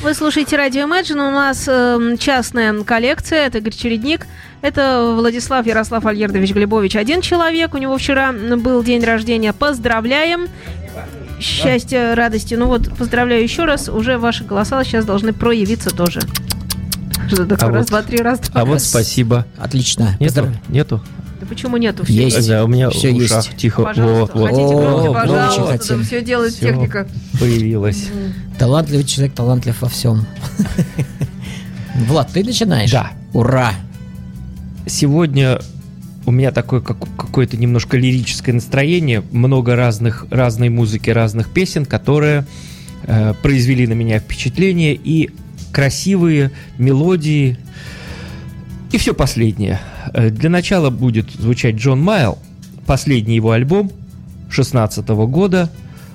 Вы слушаете радио Imagine. У нас частная коллекция. Это Игорь Чередник. Это Владислав Ярослав Альердович Глебович. Один человек. У него вчера был день рождения. Поздравляем. Счастья, радости. Ну вот, поздравляю еще раз. Уже ваши голоса сейчас должны проявиться тоже. Что такое? Раз, два, три, раз, два. А вот спасибо. Отлично. Нету? Да почему нету? Все есть. Да, у меня все в ушах есть. тихо. Пожалуйста, Вот. хотите громче, О, пожалуйста. хотим. Все делает Всё. техника. Появилась. Талантливый человек, талантлив во всем. Влад, ты начинаешь? Да. Ура! Сегодня у меня такое какое-то немножко лирическое настроение. Много разной музыки, разных песен, которые произвели на меня впечатление. И красивые мелодии. И все последнее. Для начала будет звучать Джон Майл. Последний его альбом 2016 года.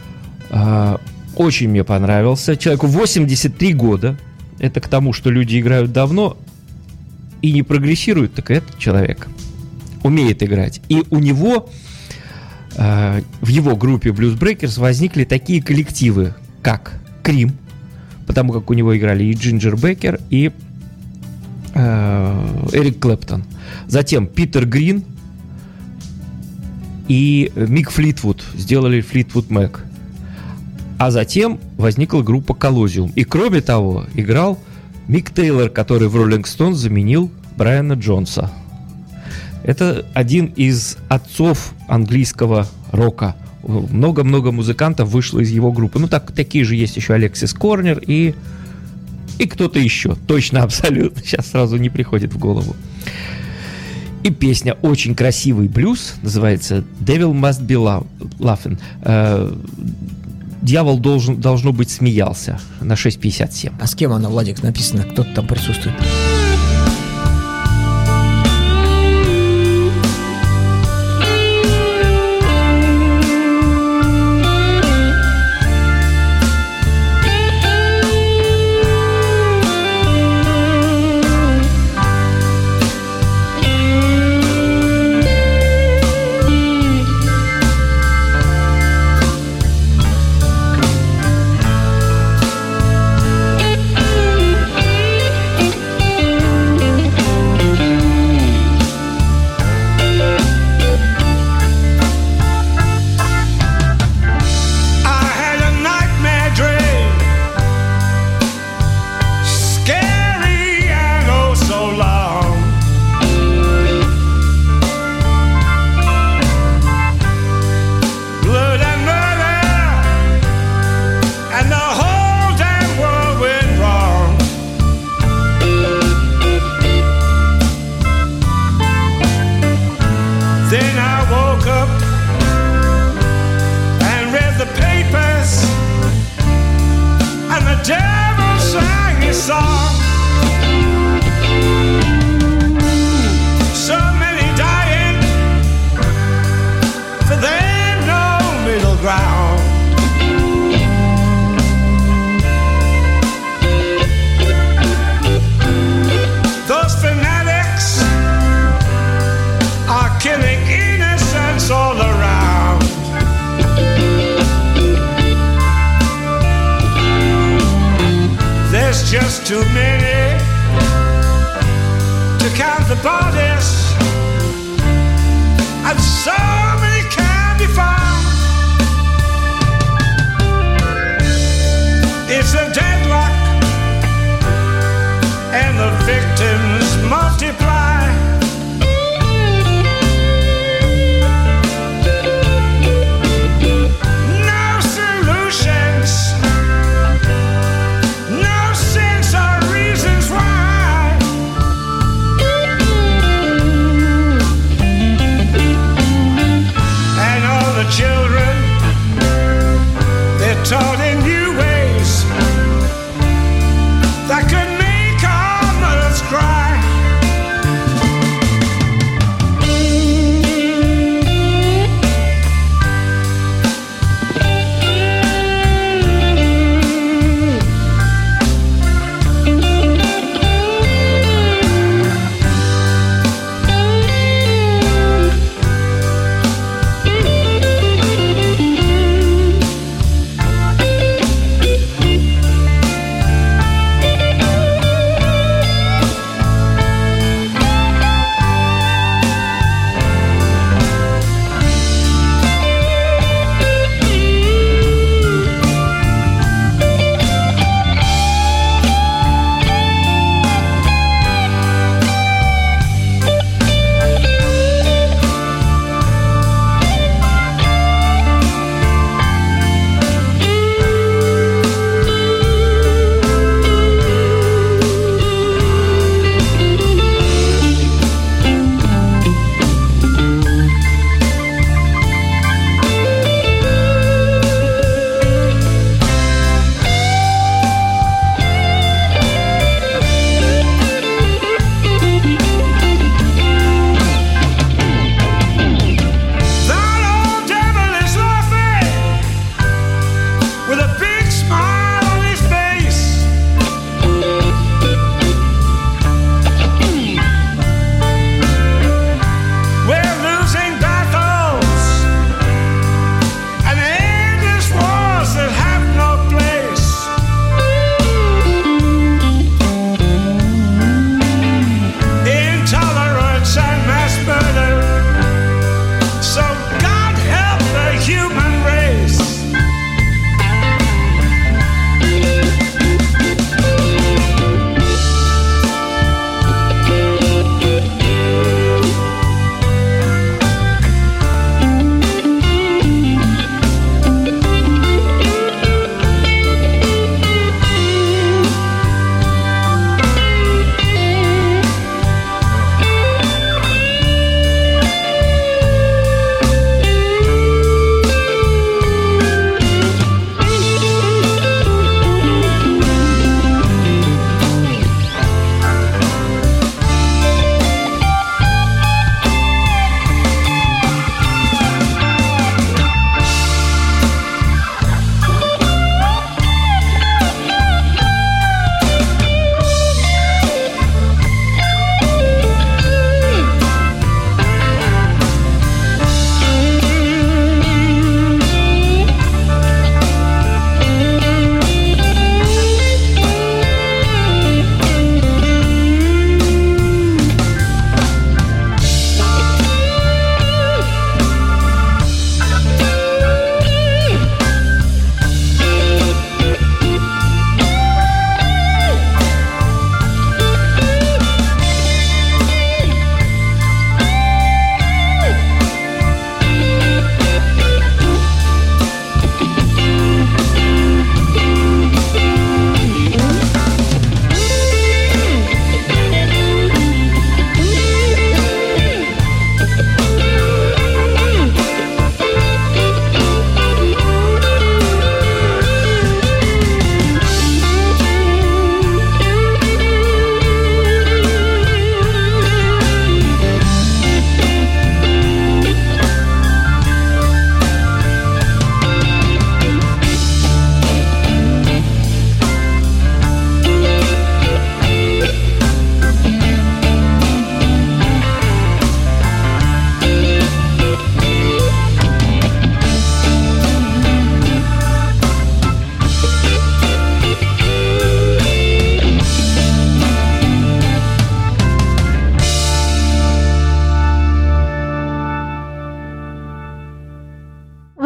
Очень мне понравился. Человеку 83 года. Это к тому, что люди играют давно и не прогрессируют, так этот человек умеет играть. И у него в его группе Blues Breakers возникли такие коллективы, как Крим, потому как у него играли и Джинджер Беккер, и Эрик Клэптон. Затем Питер Грин и Мик Флитвуд сделали Флитвуд Мэк. А затем возникла группа Коллозиум. И кроме того, играл Мик Тейлор, который в Rolling Stones заменил Брайана Джонса. Это один из отцов английского рока. Много-много музыкантов вышло из его группы. Ну, такие же есть еще Алексис Корнер и кто-то еще. Точно, абсолютно. Сейчас сразу не приходит в голову. И песня очень красивый блюз. Называется «Devil must be laughing». «Дьявол должно быть смеялся» на 6.57. А с кем она, Владик, написано? Кто-то там присутствует? Just too many to count the bodies, and so many can be found. It's a deadlock, and the victims multiply. No solutions. Children, they're taught in new ways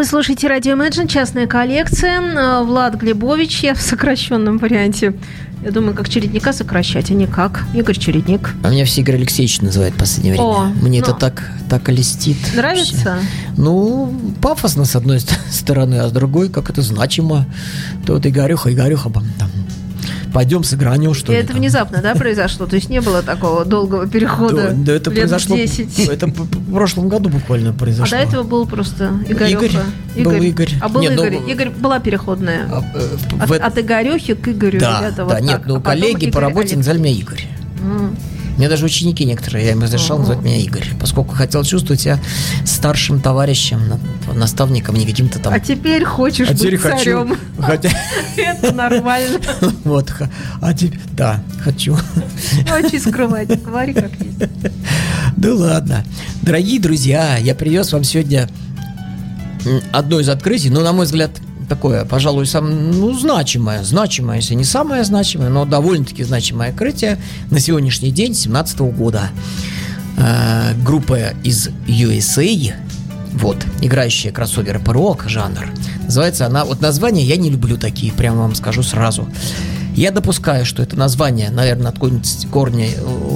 Вы слушаете радио Imagine, частная коллекция. Влад Глебович, я в сокращенном варианте. Я думаю, как Чередника сокращать, а не как. Игорь Чередник. А меня все Игорь Алексеевич называют в последнее время. О, Мне ну, это так и льстит. Нравится? Ну, пафосно с одной стороны, а с другой как это значимо. То вот Игорюха, там, пойдем сыгранем, что И ли. это там. внезапно, да, произошло? То есть не было такого долгого перехода Да, это лет произошло. 10? Это в прошлом году буквально А произошло. до этого был просто Игорёха. Был Игорь. А был Не, ну, Игорь. Игорь была переходная. В От Игорёхи к Игорю. Да, ребята, да, вот нет, так. ну А потом коллеги по Игорь работе Олег. называли меня Игорь. Мне даже ученики некоторые, я им разрешал называть меня Игорь, поскольку хотел чувствовать себя старшим товарищем, наставником, не каким-то там... А теперь хочешь А теперь быть царем. Хотя... Это нормально. Вот, да, хочу. Очень скрывать. Говори как есть. Да ладно. Дорогие друзья, я привез вам сегодня одно из открытий, но, на мой взгляд, такое, пожалуй, значимое, если не самое значимое, но довольно-таки значимое открытие на сегодняшний день, 2017 года. Группа из USA, вот, играющая кроссоверы по рок жанр. Называется она, вот название я не люблю такие, прямо вам скажу сразу. Я допускаю, что это название, наверное, откуда-нибудь корни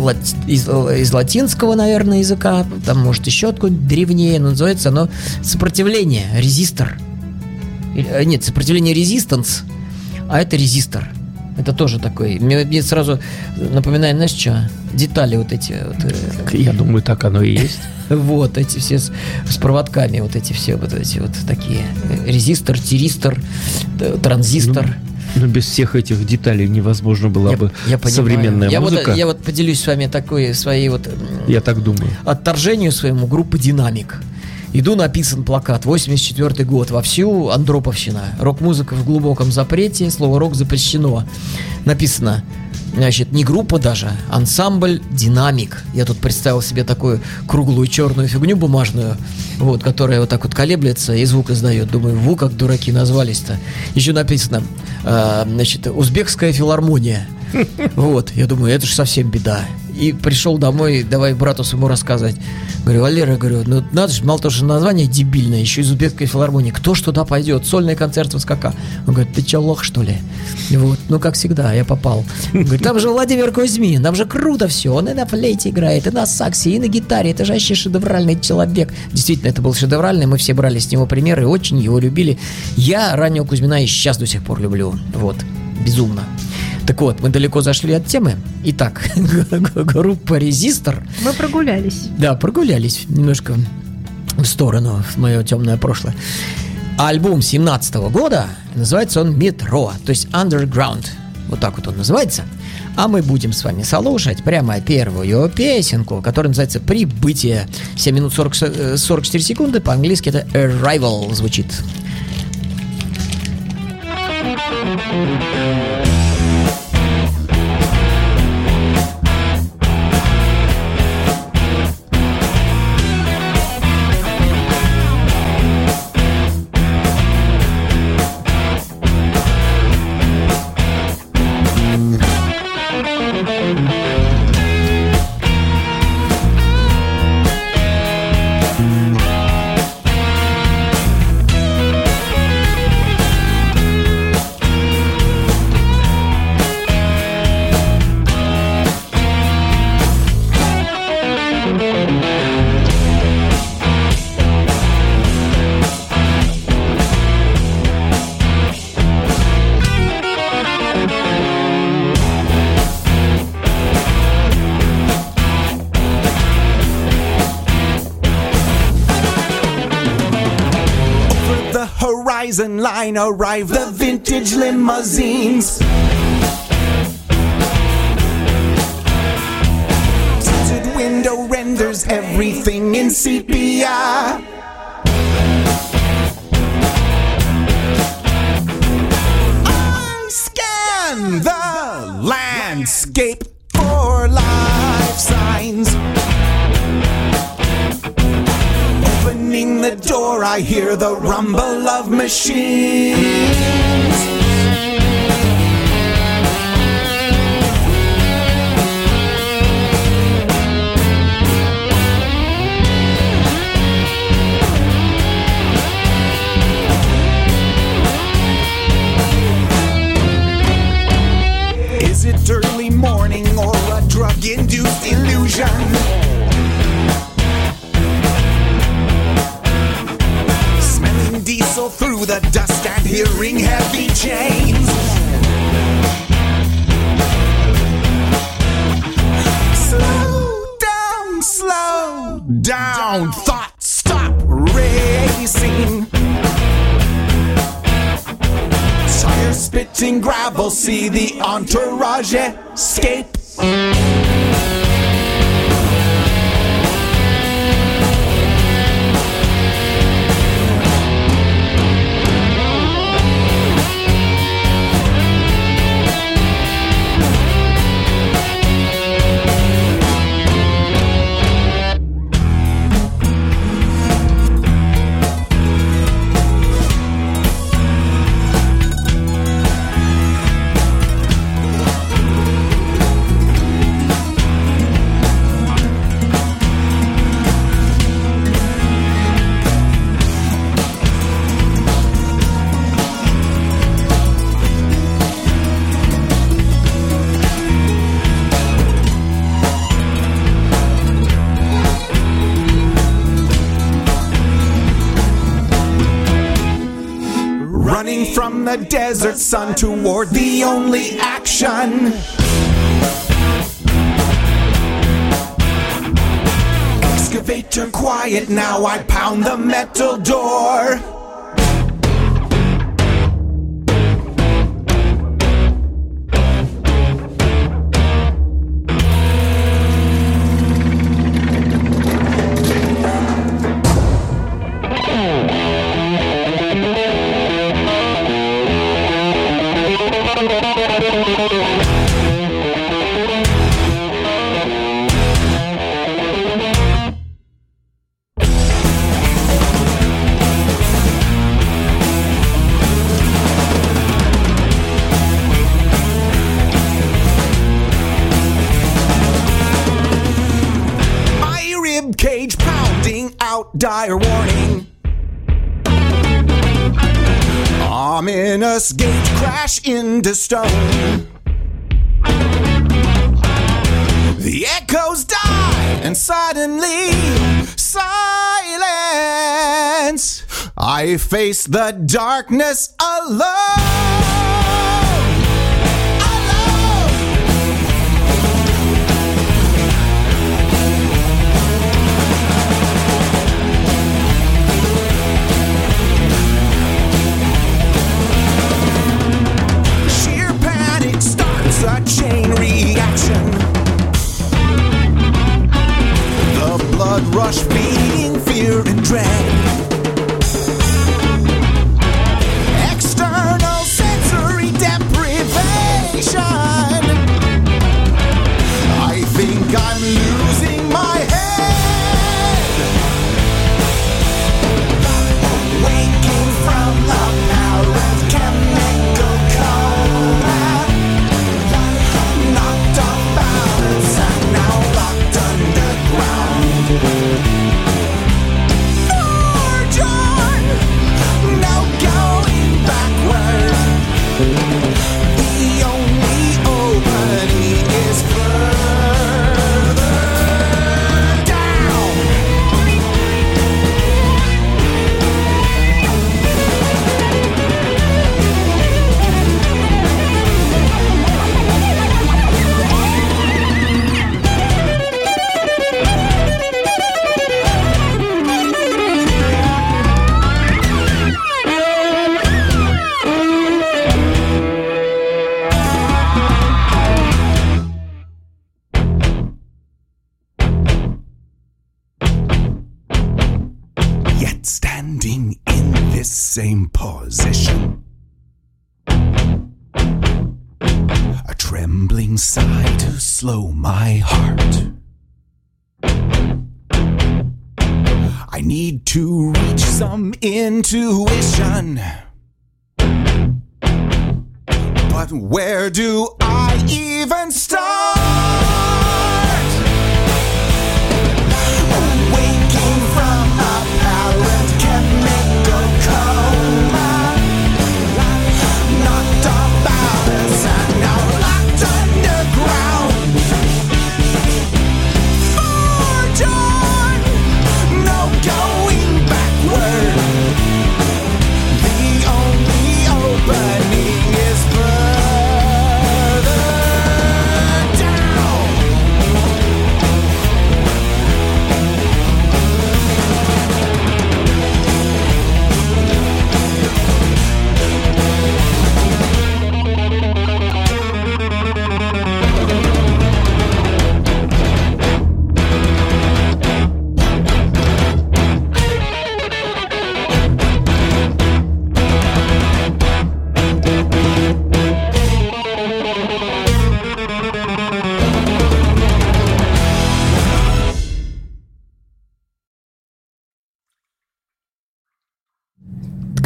из латинского, наверное, языка, там, может, еще откуда-нибудь древнее, но называется оно «Сопротивление», «резистор». Нет, «Сопротивление», «резистанс», а это «резистор». Это тоже такой, мне сразу напоминает, знаешь, что? Детали вот эти. Вот, Я думаю, так оно и есть. вот эти все с проводками, вот эти все вот эти вот такие. Резистор, тиристор, транзистор. Ну, без всех этих деталей невозможно была бы понимаю. современная музыка. Я вот поделюсь с вами такой своей вот... Я так думаю. Отторжению своему группы «Динамик». Иду, написан плакат, 84-й год, вовсю андроповщина. Рок-музыка в глубоком запрете, слово «рок» запрещено. Написано, значит, не группа даже, ансамбль «Динамик». Я тут представил себе такую круглую черную фигню бумажную, вот, которая вот так вот колеблется и звук издает. Думаю, как дураки назвались-то. Еще написано, значит, «Узбекская филармония». Вот, я думаю, это же совсем беда. И пришел домой, давай брату своему рассказывать. Говорю, Валера, говорю, ну надо же, мало того, что название дебильное, еще из узбекской филармонии. Кто ж туда пойдет? Сольный концерт в СКК. Он говорит, ты че, лох, что ли? Вот, ну как всегда, я попал. Он говорит, там же Владимир Кузьмин, там же круто все. Он и на флейте играет, и на саксе, и на гитаре. Это же вообще шедевральный человек. Действительно, это был шедевральный, мы все брали с него примеры, и очень его любили. Я раннего Кузьмина и сейчас до сих пор люблю. Вот, безумно. Так вот, мы далеко зашли от темы. Итак, группа «Резистор». Мы прогулялись. Да, прогулялись немножко в сторону, в мое темное прошлое. Альбом 17 года, называется он «Метро», то есть «Underground». Вот так вот он называется. А мы будем с вами слушать прямо первую песенку, которая называется «Прибытие». 7 минут 44 секунды, по-английски это «Arrival» звучит. Horizon line arrive the vintage limousines. Tinted window renders everything in sepia. I scan the landscape for life signs. Opening the door, I hear the rumble of machines. late early morning or a drug-induced illusion. Smelling diesel through the dust and hearing heavy chains. Slow down, thoughts stop racing. Tire spitting gravel, see the entourage escape. From the desert sun toward the only action. Excavator quiet, now I pound the metal door. Cage pounding out dire warning. Ominous gauge crash into stone. The echoes die and suddenly silence. I face the darkness alone. A chain reaction. The blood rush feeding fear and dread. External sensory deprivation. I think I'm losing my head. Waking from the apparent chemical coma. Knocked off balance and now locked underground. John, no going backward. The only opening is further down. Yet standing in this same position, a trembling sigh to slow my heart. I need to reach some intuition, but where do I even start? Waking from apparent chemical coma, knocked off balance and now locked under.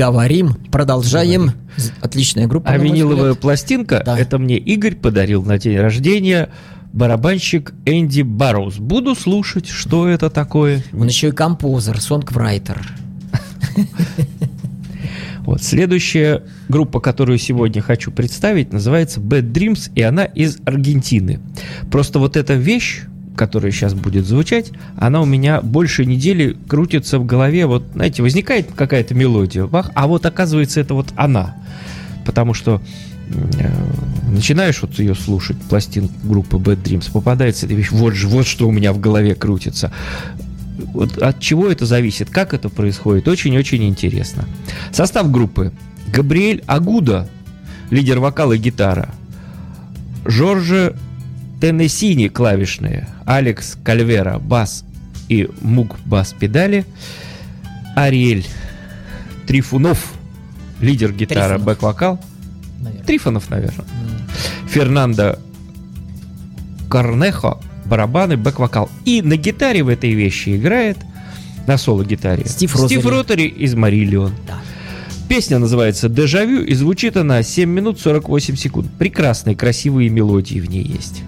Говорим, продолжаем. Отличная группа. А на мой виниловая взгляд. пластинка, Да. это мне Игорь подарил на день рождения. Барабанщик Энди Барроуз. Буду слушать, что это такое. Он еще и композер, сонгврайтер. Вот. Следующая группа, которую сегодня хочу представить, называется Bad Dreams, и она из Аргентины. Просто вот эта вещь, которая сейчас будет звучать, она у меня больше недели крутится в голове. Вот, знаете, возникает какая-то мелодия, бах, а вот оказывается это вот она. Потому что начинаешь вот ее слушать, пластинку группы Bad Dreams, попадается эта вещь, вот что у меня в голове крутится. Вот от чего это зависит, как это происходит, очень-очень интересно. Состав группы: Габриэль Агуда, лидер вокала и гитара, Жорже Теннесини, клавишные, Алекс Кальвера, бас и Мук, бас-педали, Ариэль Трифунов, лидер гитара, Трифонов. бэк-вокал, Наверное. Трифонов, наверное, Фернандо Корнехо, барабаны, бэк-вокал. И на гитаре в этой вещи играет, на соло-гитаре, Стив Ротари из Мариллион. Да. Песня называется «Дежавю», и звучит она 7 минут 48 секунд. Прекрасные, красивые мелодии в ней есть.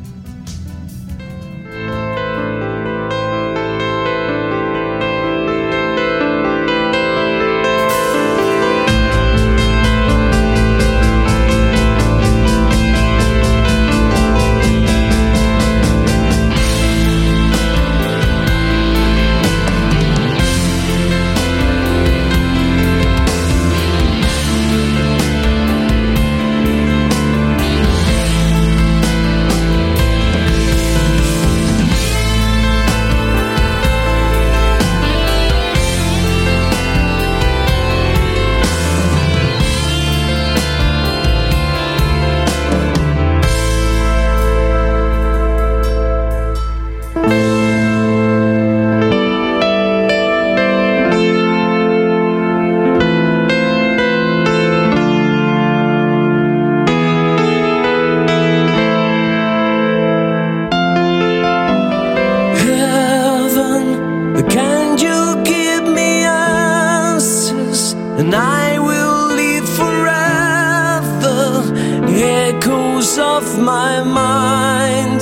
Heaven, can you give me answers? And I will live forever. Echoes of my mind,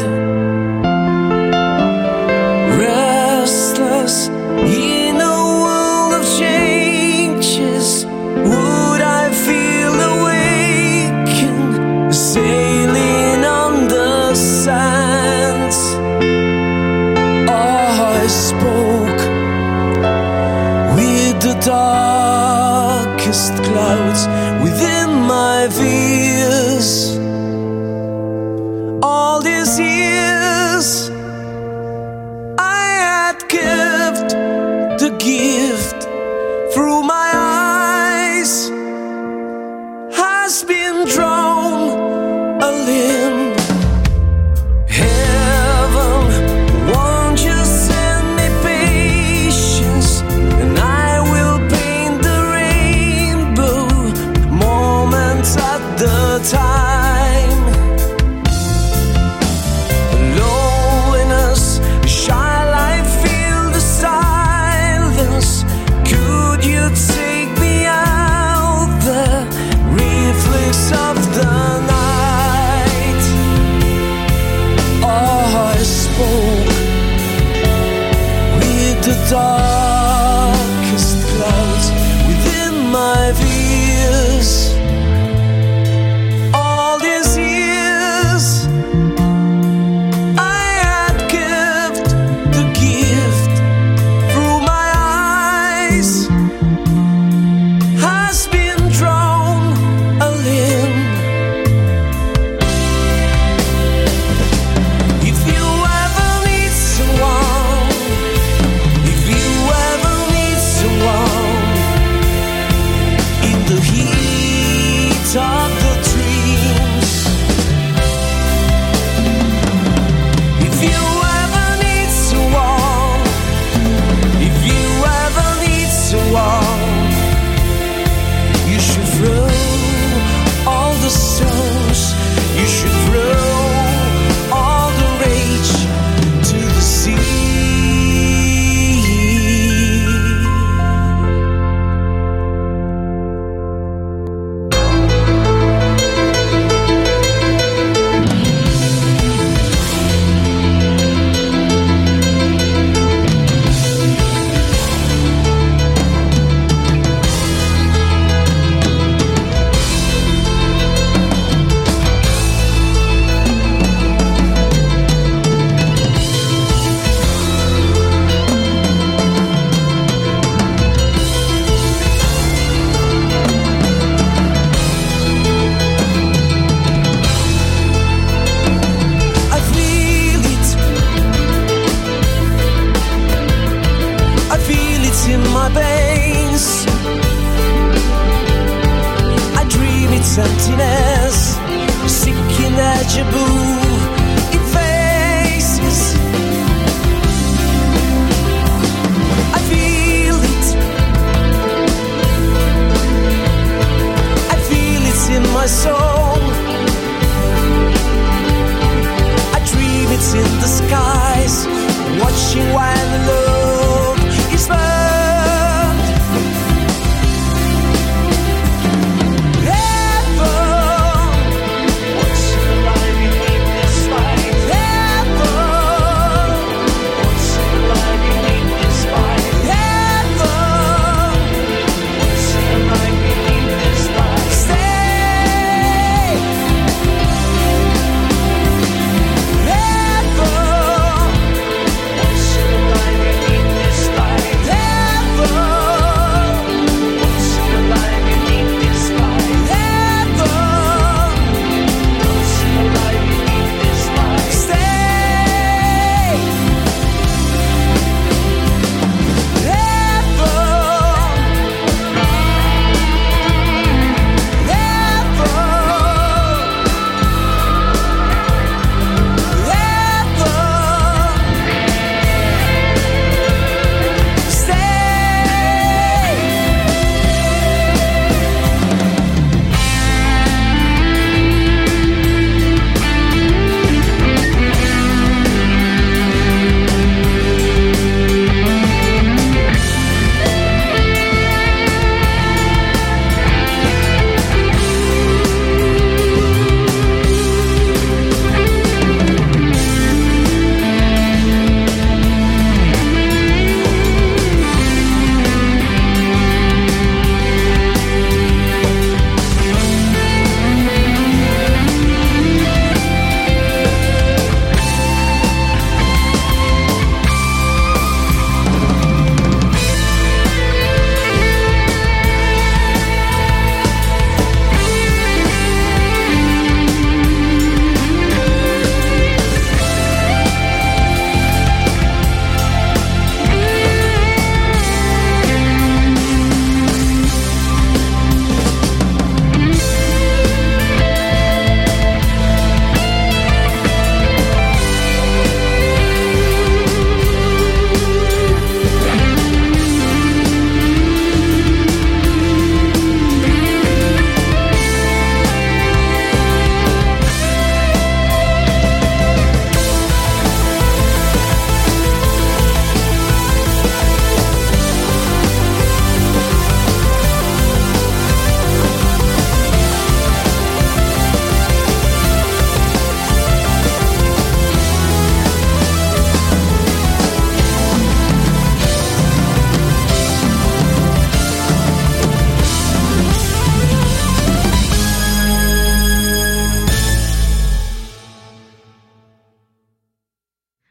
restless in a world of changes. Would I feel awakened, sailing on the sands? I spoke with the darkest clouds within my fears. All these years I had kept the gift through my eyes, has been drawn a limb. Heaven, won't you send me patience, and I will paint the rainbow moments at the time. Low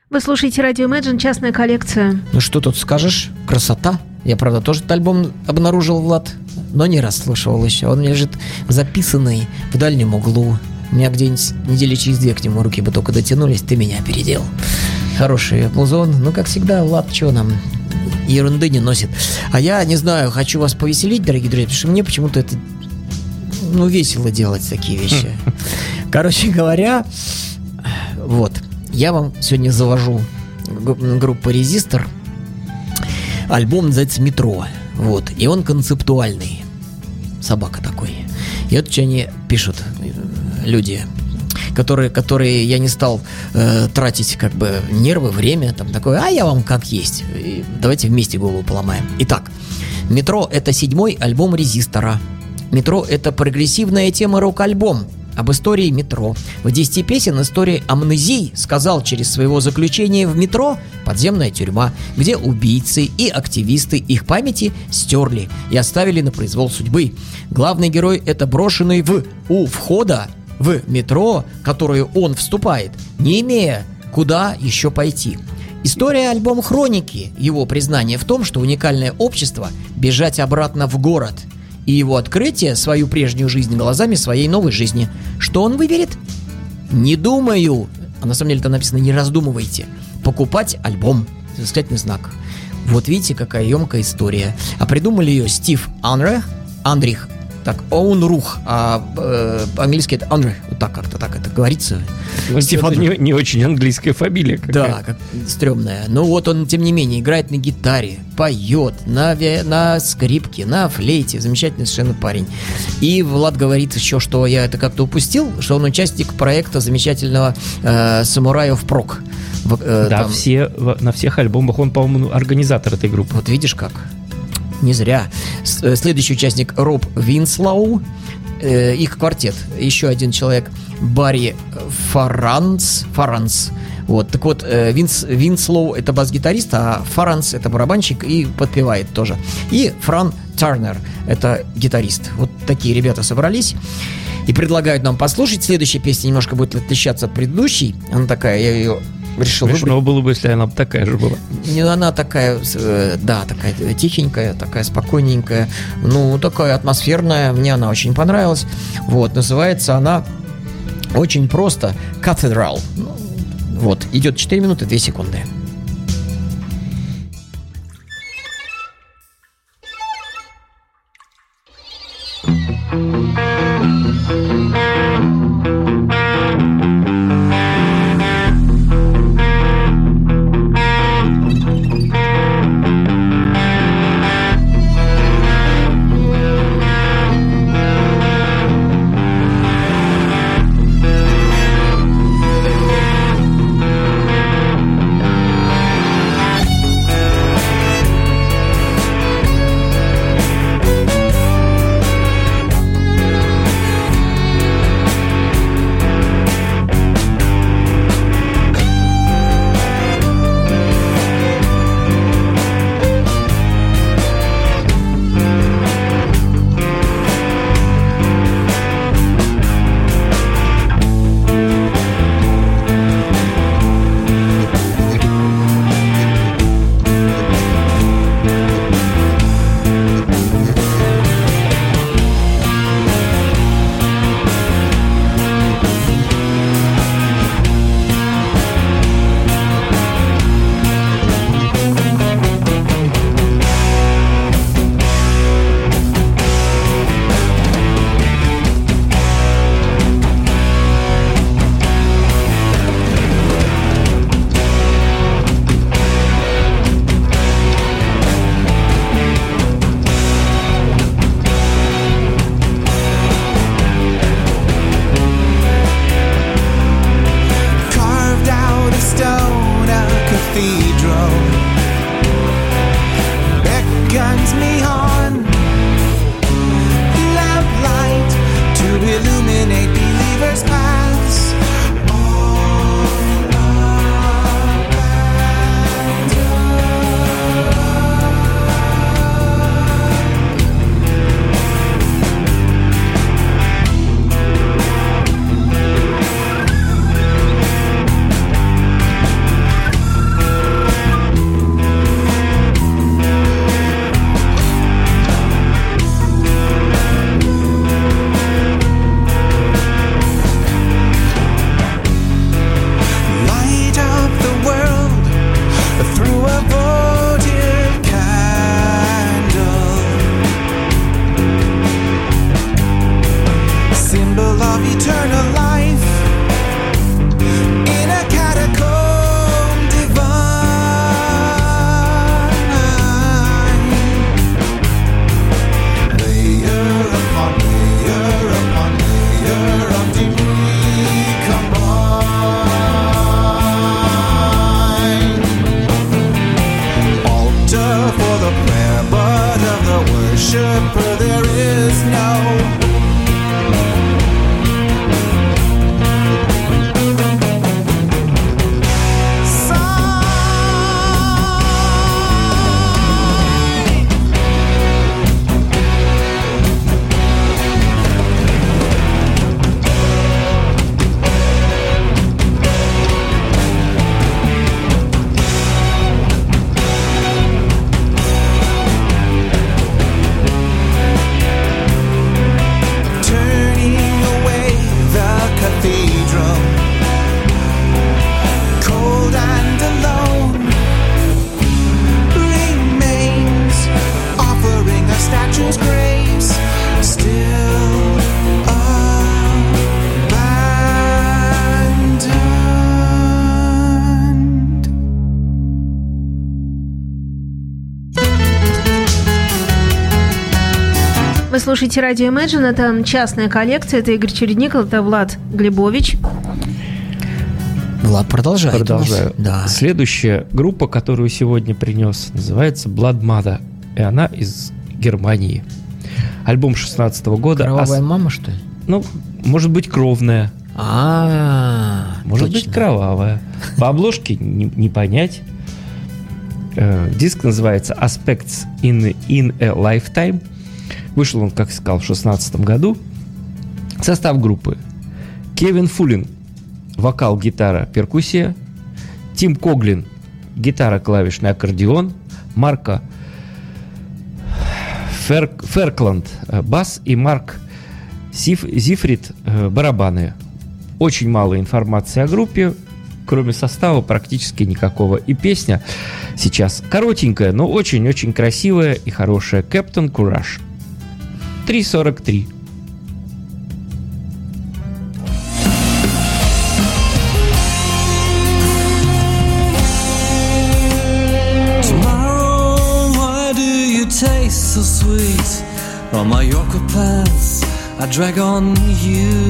Вы слушаете радио Imagine, частная коллекция. Ну что тут скажешь? Красота. Я, правда, тоже этот альбом обнаружил, Влад, но не расслушивал еще. Он лежит записанный в дальнем углу. У меня где-нибудь недели через 2 к нему руки бы только дотянулись, ты меня опередил. Хороший музон. Ну, как всегда, Влад, чего нам ерунды не носит. А я, не знаю, хочу вас повеселить, дорогие друзья, потому что мне почему-то это, ну, весело делать такие вещи. Короче говоря, вот, я вам сегодня завожу группу «Резистор». Альбом называется «Метро». Вот, и он концептуальный. Собака такой. И вот что они пишут, люди, которые я не стал тратить как бы нервы, время, там такое, а я вам как есть. И давайте вместе голову поломаем. Итак, «Метро» — это 7-й альбом «Резистора». «Метро» — это прогрессивная тема рок-альбом об истории метро. В 10 песен история амнезии сказал через своего заключения в метро подземная тюрьма, где убийцы и активисты их памяти стерли и оставили на произвол судьбы. Главный герой — это брошенный у входа в метро, в которую он вступает, не имея куда еще пойти. История альбома «Хроники», его признание в том, что уникальное общество – бежать обратно в город, и его открытие свою прежнюю жизнь глазами своей новой жизни. Что он выберет? Не думаю, а на самом деле там написано «не раздумывайте», покупать альбом, восклицательный знак. Вот видите, какая емкая история. А придумали ее Стив Андрих, так, Оунрух, а по-английски это Андрей, вот так как-то так это говорится. Стив Андрей. Не очень английская фамилия какая-то. Да, как стрёмная. Но вот он, тем не менее, играет на гитаре, поет, на скрипке, на флейте. Замечательный совершенно парень. И Влад говорит еще, что я это как-то упустил, что он участник проекта замечательного «Самураев Прок». Да, на всех альбомах он, по-моему, организатор этой группы. Вот видишь как. Не зря. Следующий участник Роб Винслоу. Их квартет. Еще один человек Барри Фаранс. Вот. Так вот, Винслоу это бас-гитарист, а Фаранс это барабанщик и подпевает тоже. И Фран Тарнер это гитарист. Вот такие ребята собрались и предлагают нам послушать. Следующая песня немножко будет отличаться от предыдущей. Она такая, я ее решил выбрать. Смешно было бы, если она такая же была. Не, она такая, да, такая тихенькая, такая спокойненькая, ну, такая атмосферная, мне она очень понравилась. Вот, называется она очень просто «Cathedral». Вот, идет 4 минуты 2 секунды. слушаете радио Imagine. Это частная коллекция. Это Игорь Чередник, это Влад Глебович. Влад, продолжай. Продолжаю. Да. Следующая группа, которую сегодня принес, называется Blood Mother. И она из Германии. Альбом 16-го года. Кровавая мама, что ли? Ну, может быть, кровная. Может быть, кровавая. По обложке не понять. Диск называется Aspects in a Lifetime. Вышел он, как сказал, в 2016 году. Состав группы: Кевин Фуллин, вокал, гитара, перкуссия; Тим Коглин, гитара, клавишный, аккордеон; Марко Феркланд, бас; и Марк Зифрид, барабаны. Очень мало информации о группе, кроме состава практически никакого. И песня сейчас коротенькая, но очень-очень красивая и хорошая. Captain Courage. 3:43. Taste so sweet on Mallorca plans I drag on you.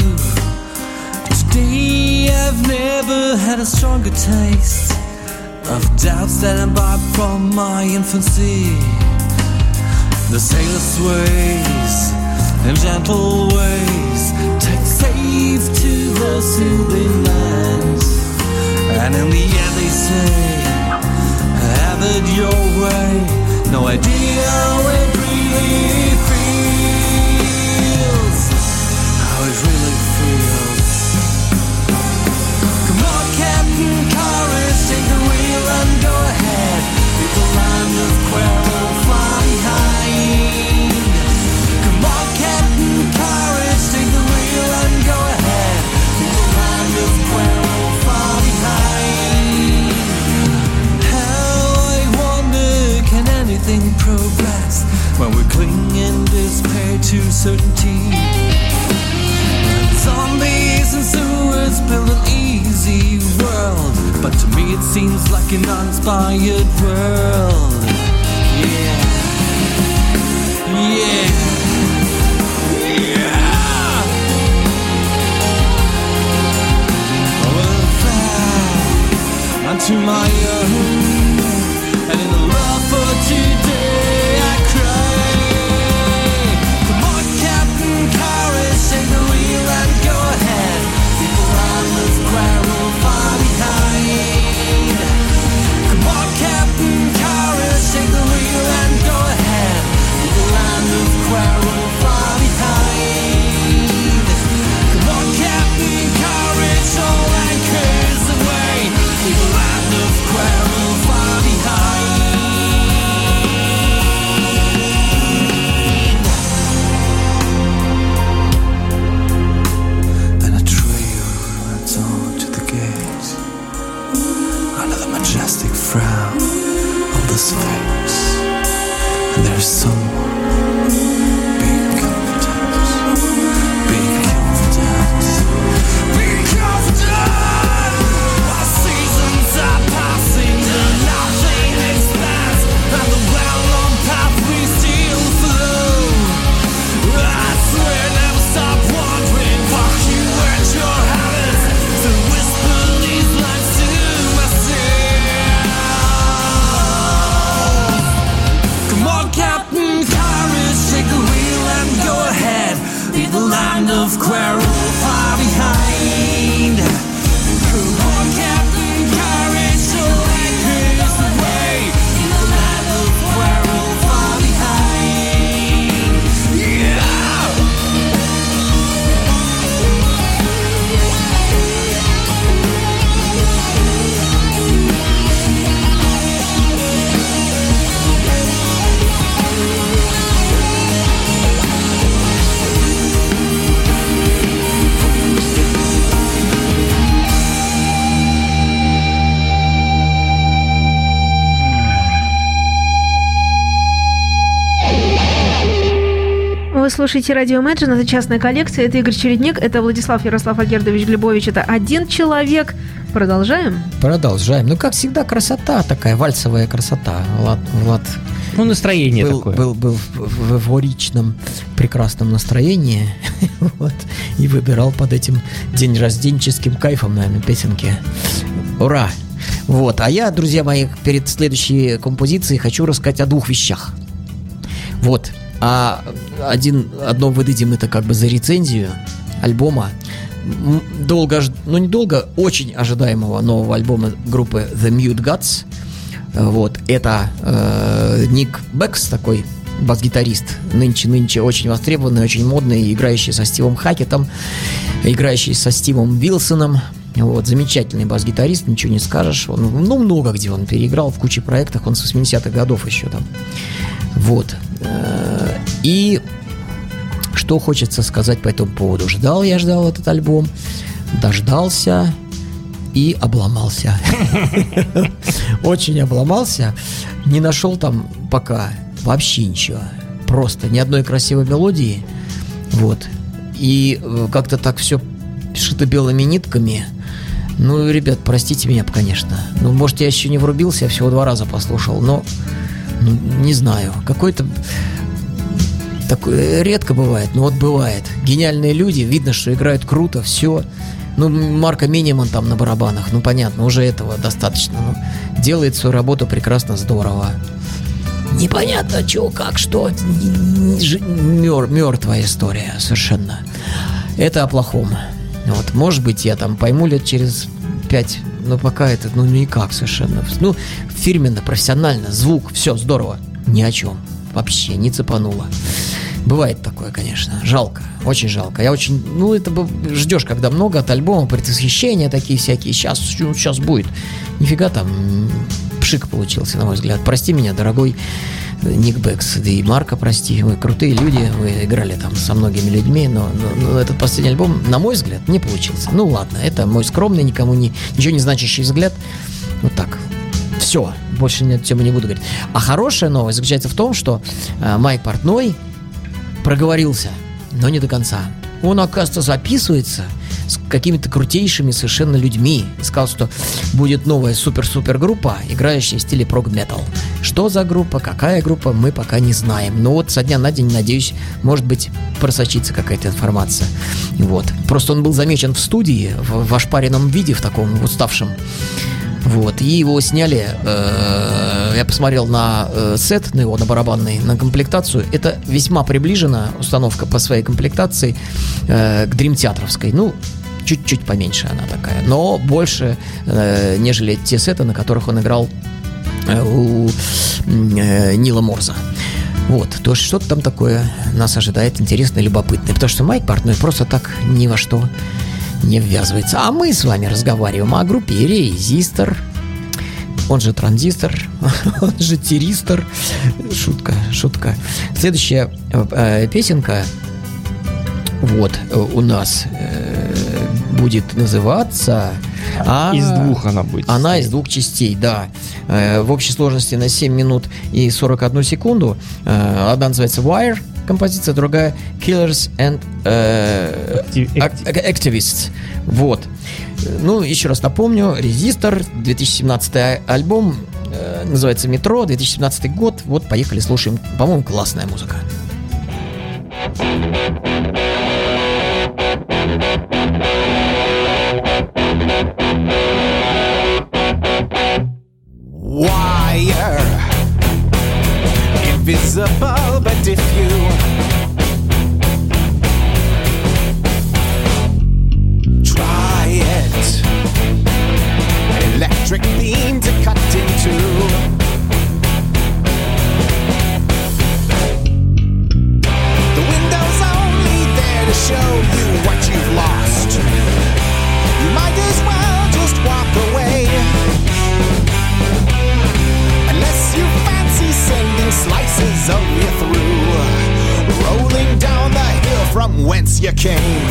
Today I've never had a stronger taste of doubts that imbibed from my infancy. The sailor's ways and gentle ways take safe to the soothing land. And in the end they say, have it your way. No idea how it really feels. How it really feels. Come on, Captain Courage, take the wheel and go ahead. Leave the land of Quero far behind. Come on, Captain Courage, take the wheel and go ahead. Leave the land of Quero far behind. How I wonder, can anything progress when we cling in despair to certainty? And zombies and sewers build an easy world, but to me it seems like an uninspired world. Yeah, yeah, yeah. Well, back unto my own. And in the love for today I cry. Come on, Captain Courage, take the wheel and go ahead. Leave the land of Quero far behind. Come on, Captain Courage, take the wheel and go ahead. Leave the land of Quero far behind. Come on, Captain Courage, all anchors away. Leave the land of Quero far behind. Then a trail runs on to the gate, under the majestic frown of the Sphinx, and there's someone. Be confident, be confident, be confident. While seasons are passing, the nothing expands, and the well-known path we still follow. I swear never stop wandering, fuck you at your habits, to whisper these lines to myself. Come on, Captain. Вы слушаете радио Imagine, это частная коллекция, это Игорь Чередник, это Владислав Ярослав Альгердович Глебович, это один человек. Продолжаем? Продолжаем. Ну, как всегда, красота такая, вальсовая красота. Влад Ну, настроение такое. был в эйфоричном, прекрасном настроении вот, и выбирал под этим день рожденческим кайфом, наверное, песенки. Ура! Вот. А я, друзья мои, перед следующей композицией хочу рассказать о двух вещах. Вот. Одно выдадим это как бы за рецензию альбома очень ожидаемого нового альбома группы The Mute Gods. Вот. Это Ник Бэкс, такой бас-гитарист, нынче очень востребованный, очень модный, играющий со Стивом Хакеттом, играющий со Стивом Вилсоном. Вот, замечательный бас-гитарист, ничего не скажешь. Он, много где он переиграл в куче проектах, он с 80-х годов еще там. Вот. И что хочется сказать по этому поводу. Ждал этот альбом, дождался и обломался. Очень обломался. Не нашел там пока вообще ничего. Просто ни одной красивой мелодии. Вот. И как-то так все шито белыми нитками. Ну, ребят, простите меня, конечно. Ну, может, я еще не врубился, я всего 2 раза послушал, но не знаю. Какой-то такой редко бывает, но вот бывает. Гениальные люди, видно, что играют круто, все. Ну, Марко Миниман там на барабанах, ну, понятно, уже этого достаточно. Ну, делает свою работу прекрасно, здорово. Непонятно, что, как, что. Мертвая история совершенно. Это о плохом. Вот, может быть, я там пойму лет через 5, но пока это, никак совершенно. Ну, фирменно, профессионально, звук, все, здорово. Ни о чем. Вообще не цепануло. Бывает такое, конечно. Жалко, очень жалко. Я очень, это ждешь, когда много от альбома, предвосхищения такие всякие. Сейчас будет. Нифига там пшик получился, на мой взгляд. Прости меня, дорогой Ник Бэкс, да и Марко, прости. Вы крутые люди, вы играли там со многими людьми, но этот последний альбом, на мой взгляд, не получился. Ну ладно, это мой скромный, ничего не значащий взгляд. Вот так. Все, больше на эту тему не буду говорить. А хорошая новость заключается в том, что Майк Портной проговорился, но не до конца. Он, оказывается, записывается с какими-то крутейшими совершенно людьми. И сказал, что будет новая супер-супер группа, играющая в стиле прог-метал. Что за группа, какая группа, мы пока не знаем. Но вот со дня на день, надеюсь, может быть, просочится какая-то информация. Вот. Просто он был замечен в студии в ошпаренном виде, в таком уставшем. Вот, и его сняли, я посмотрел на сет, на его, на барабанный, на комплектацию. Это весьма приближена установка по своей комплектации к Дрим-театровской. Ну, чуть-чуть поменьше она такая, но больше, нежели те сеты, на которых он играл у Нила Морза. Вот, то есть что-то там такое нас ожидает интересное, любопытное. Потому что Майк Портной просто так ни во что не ввязывается. А мы с вами разговариваем о группе Резистор. Он же Транзистор, он же Тиристор. Шутка. Следующая песенка вот у нас будет называться... Из 2 она будет. Она из 2 частей, да. В общей сложности на 7 минут и 41 секунду. Одна называется Wire, композиция, другая Killers and Activists. Вот. Ну, еще раз напомню, Резистор, 2017 альбом, называется Метро, 2017 год. Вот, поехали, слушаем. По-моему, классная музыка. Wire, invisible, but if you try it, electric beam to cut into. The window's only there to show you what you've lost. You might as well just walk away. Unless you fancy sending slices of you through, rolling down the hill from whence you came.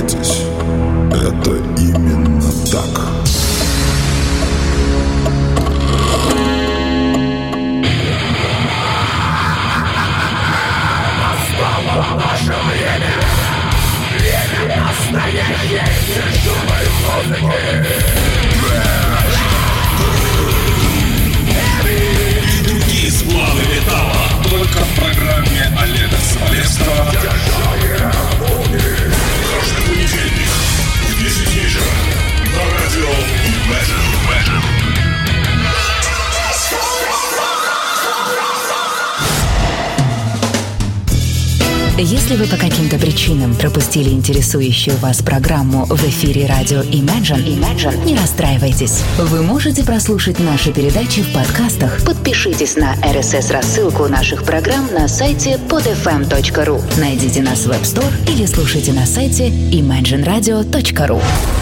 ошибаетесь. Это именно так. И другие сплавы металла только в программе Олега Смолецкого. Каждый понедельник в 10 вечера на радио Imagine. Если вы по каким-то причинам пропустили интересующую вас программу в эфире радио Imagine, не расстраивайтесь. Вы можете прослушать наши передачи в подкастах. Подпишитесь на RSS-рассылку наших программ на сайте podfm.ru. Найдите нас в App Store или слушайте на сайте imagineradio.ru.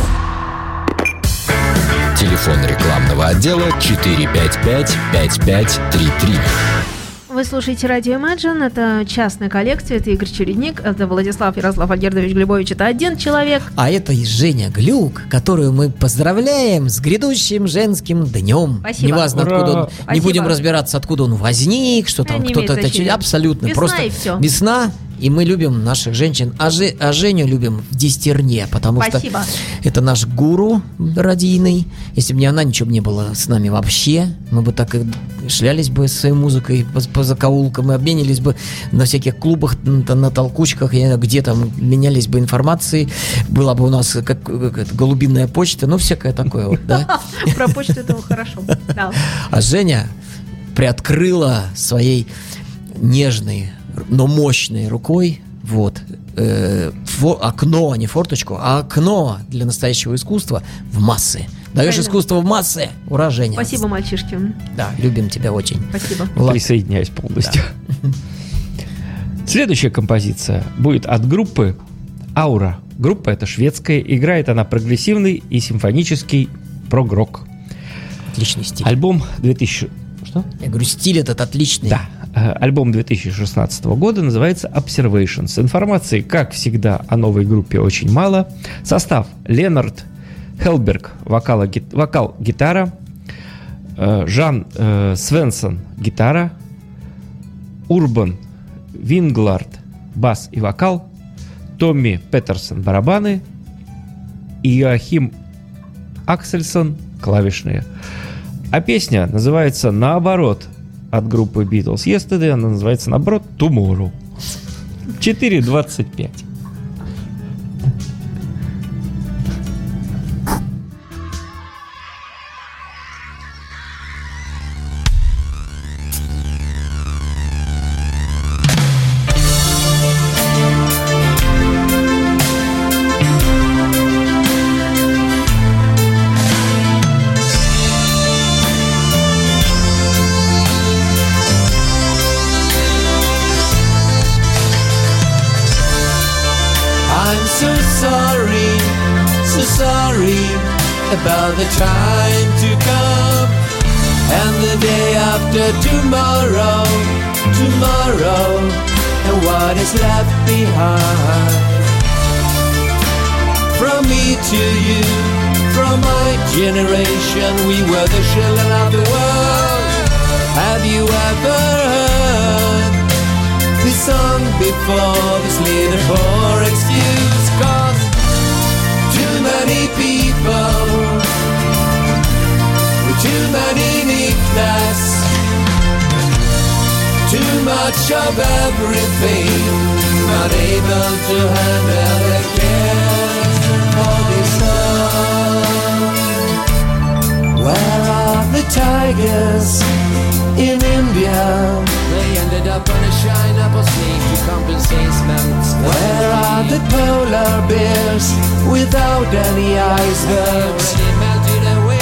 Телефон рекламного отдела 455-5533. Вы слушаете радио Imagine, это частная коллекция, это Игорь Чередник, это Владислав Ярослав Альгердович Глебович, это один человек. А это и Женя Глюк, которую мы поздравляем с грядущим женским днем. Спасибо. Неважно, Ура! откуда он. Спасибо. Не будем разбираться, откуда он возник, что там Не кто-то имеет значения. абсолютно. Весна Просто и всё. весна, и мы любим наших женщин. А Женю любим в десятерне, потому Спасибо. что это наш гуру радийный. Если бы не она, ничего бы не было с нами вообще. Мы бы так и шлялись бы своей музыкой по закоулкам и обменились бы на всяких клубах, на толкучках, я не знаю, где там менялись бы информацией. Была бы у нас как голубиная почта, ну, всякое такое вот, да. Про почту это хорошо. Да. А Женя приоткрыла своей нежной, но мощной рукой вот окно, не форточку, а окно для настоящего искусства в массы. Даешь Правильно. искусство в массы. Ура, Женя. Спасибо, мальчишки. Да, любим тебя очень. Спасибо. Влад. Присоединяюсь полностью. Следующая композиция будет от группы Аура. Группа эта шведская, играет она прогрессивный и симфонический прог-рок. Отличный стиль. Альбом 2000... Что? Я говорю, стиль этот отличный. Да. Альбом 2016 года называется Observations. Информации, как всегда, о новой группе очень мало. Состав: Ленард Хелберг, вокал, гитара, Жан Свенсон, гитара, Урбан Винглард, бас и вокал, Томми Петерсон, барабаны и Йоахим Аксельсон, клавишные. А песня называется наоборот от группы Beatles Yesterday, она называется наоборот Tomorrow. 4:25. I'm so sorry about the time to come and the day after tomorrow, and what is left behind. From me to you, from my generation, we were the children of the world. Have you ever heard this song before? This little poor excuse, 'cause too many people with too many nicknames, too much of everything, not able to handle the cares of this song. Where are the tigers in India? They ended up on a shine apple snake to compensate smells. Where are the polar bears without any icebergs? Already melted away.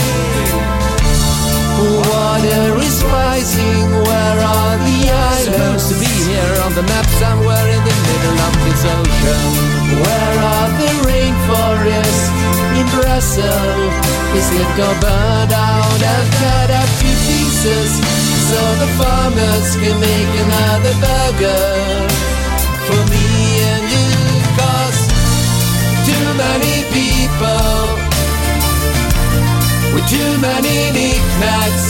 Water is rising, where are the islands? Supposed to be here on the map somewhere in the middle of this ocean. Where are the rainforests in Brazil? Is it all burned out and cut up to pieces so the farmers can make another burger for me and you? 'Cause too many people, with too many knickknacks,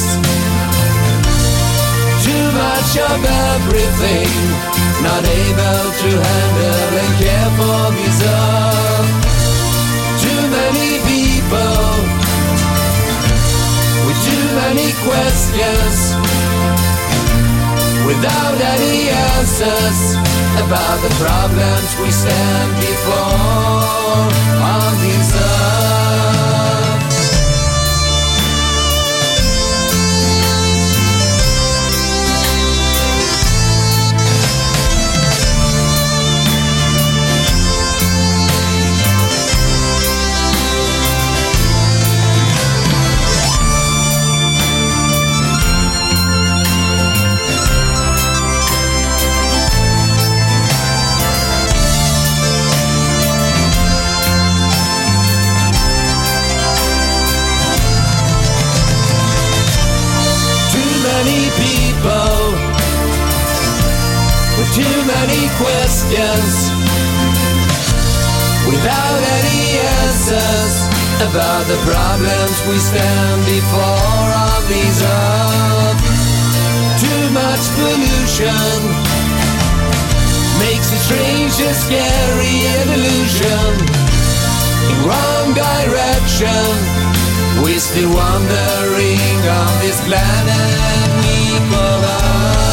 too much of everything, not able to handle and care for these up. Too many people, with too many questions, without any answers about the problems we stand before on this earth. Too many questions, without any answers about the problems we stand before on this earth. Too much pollution makes a strange and scary illusion. In wrong direction, we're still wandering on this planet we call Earth.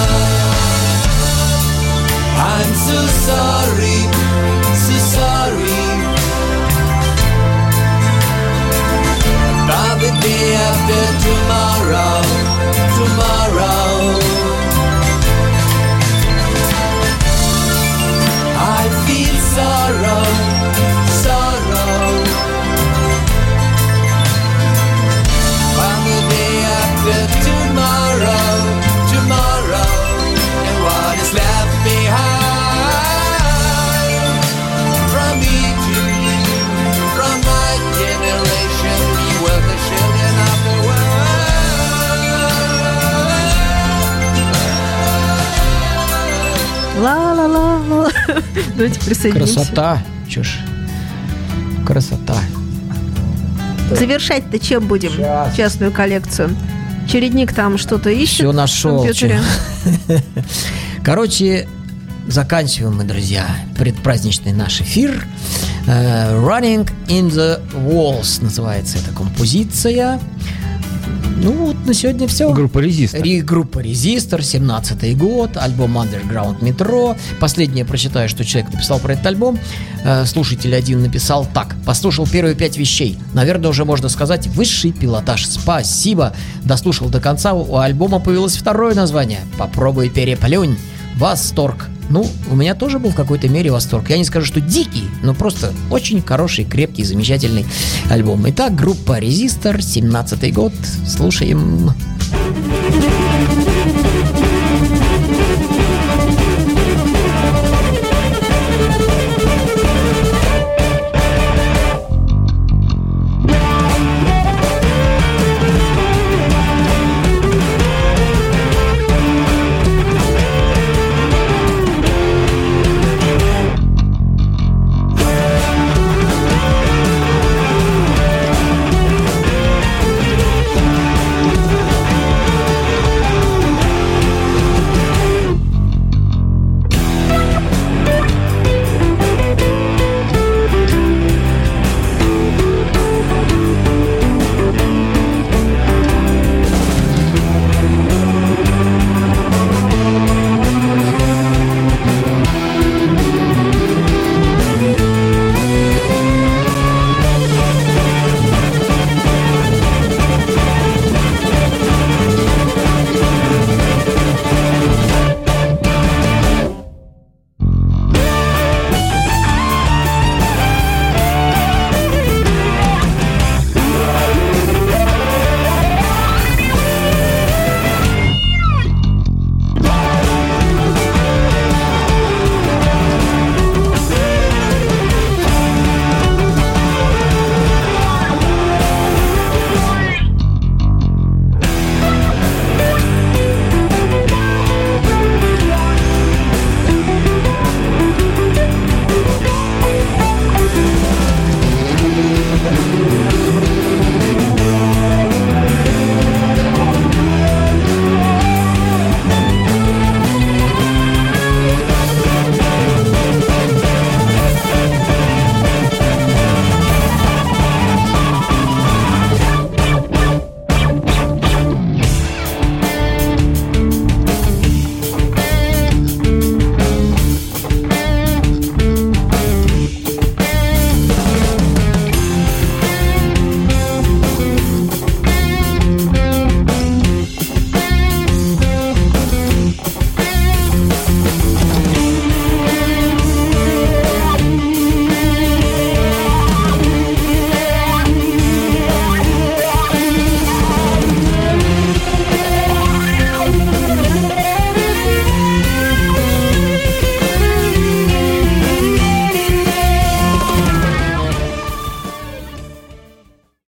I'm so sorry, so sorry about the day after tomorrow, tomorrow. I feel sorrow, sorrow about the day after tomorrow, tomorrow, and what is left behind. Ла-ла-ла-ла. Давайте присоединимся. Красота. Чё ж. Красота. Завершать-то чем будем? Сейчас. Частную коллекцию. Чередник там что-то ищет Все в нашел. компьютере. Короче, заканчиваем мы, друзья, предпраздничный наш эфир. Running in the Walls называется эта композиция. Ну вот на сегодня все. Группа Резистор. Группа Резистор, 17-й год, альбом Underground Metro. Последнее прочитаю, что человек написал про этот альбом. Слушатель один написал так: послушал первые 5 вещей. Наверное, уже можно сказать, высший пилотаж. Спасибо. Дослушал до конца. У альбома появилось второе название. Попробуй переплюнь. Восторг. Ну, у меня тоже был в какой-то мере восторг. Я не скажу, что дикий, но просто очень хороший, крепкий, замечательный альбом. Итак, группа Резистор, 17-й год. Слушаем.